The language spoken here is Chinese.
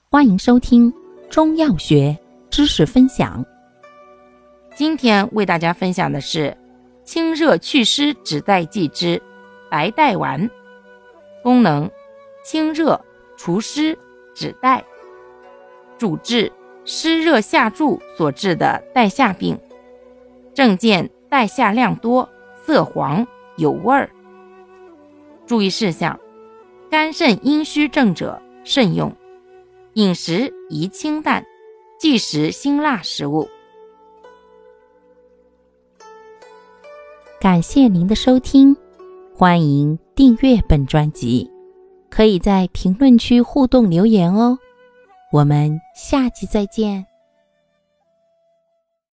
欢迎收听中药学知识分享。 今天为大家分享的是清热祛湿止带剂之白带丸。功能：清热除湿止带，主治湿热下注所致的带下病，症见带下量多、色黄、有味儿。注意事项：肝肾阴虚症者慎用，饮食宜清淡，忌食辛辣食物。 感谢您的收听，欢迎订阅本专辑，可以在评论区互动留言哦。我们下期再见。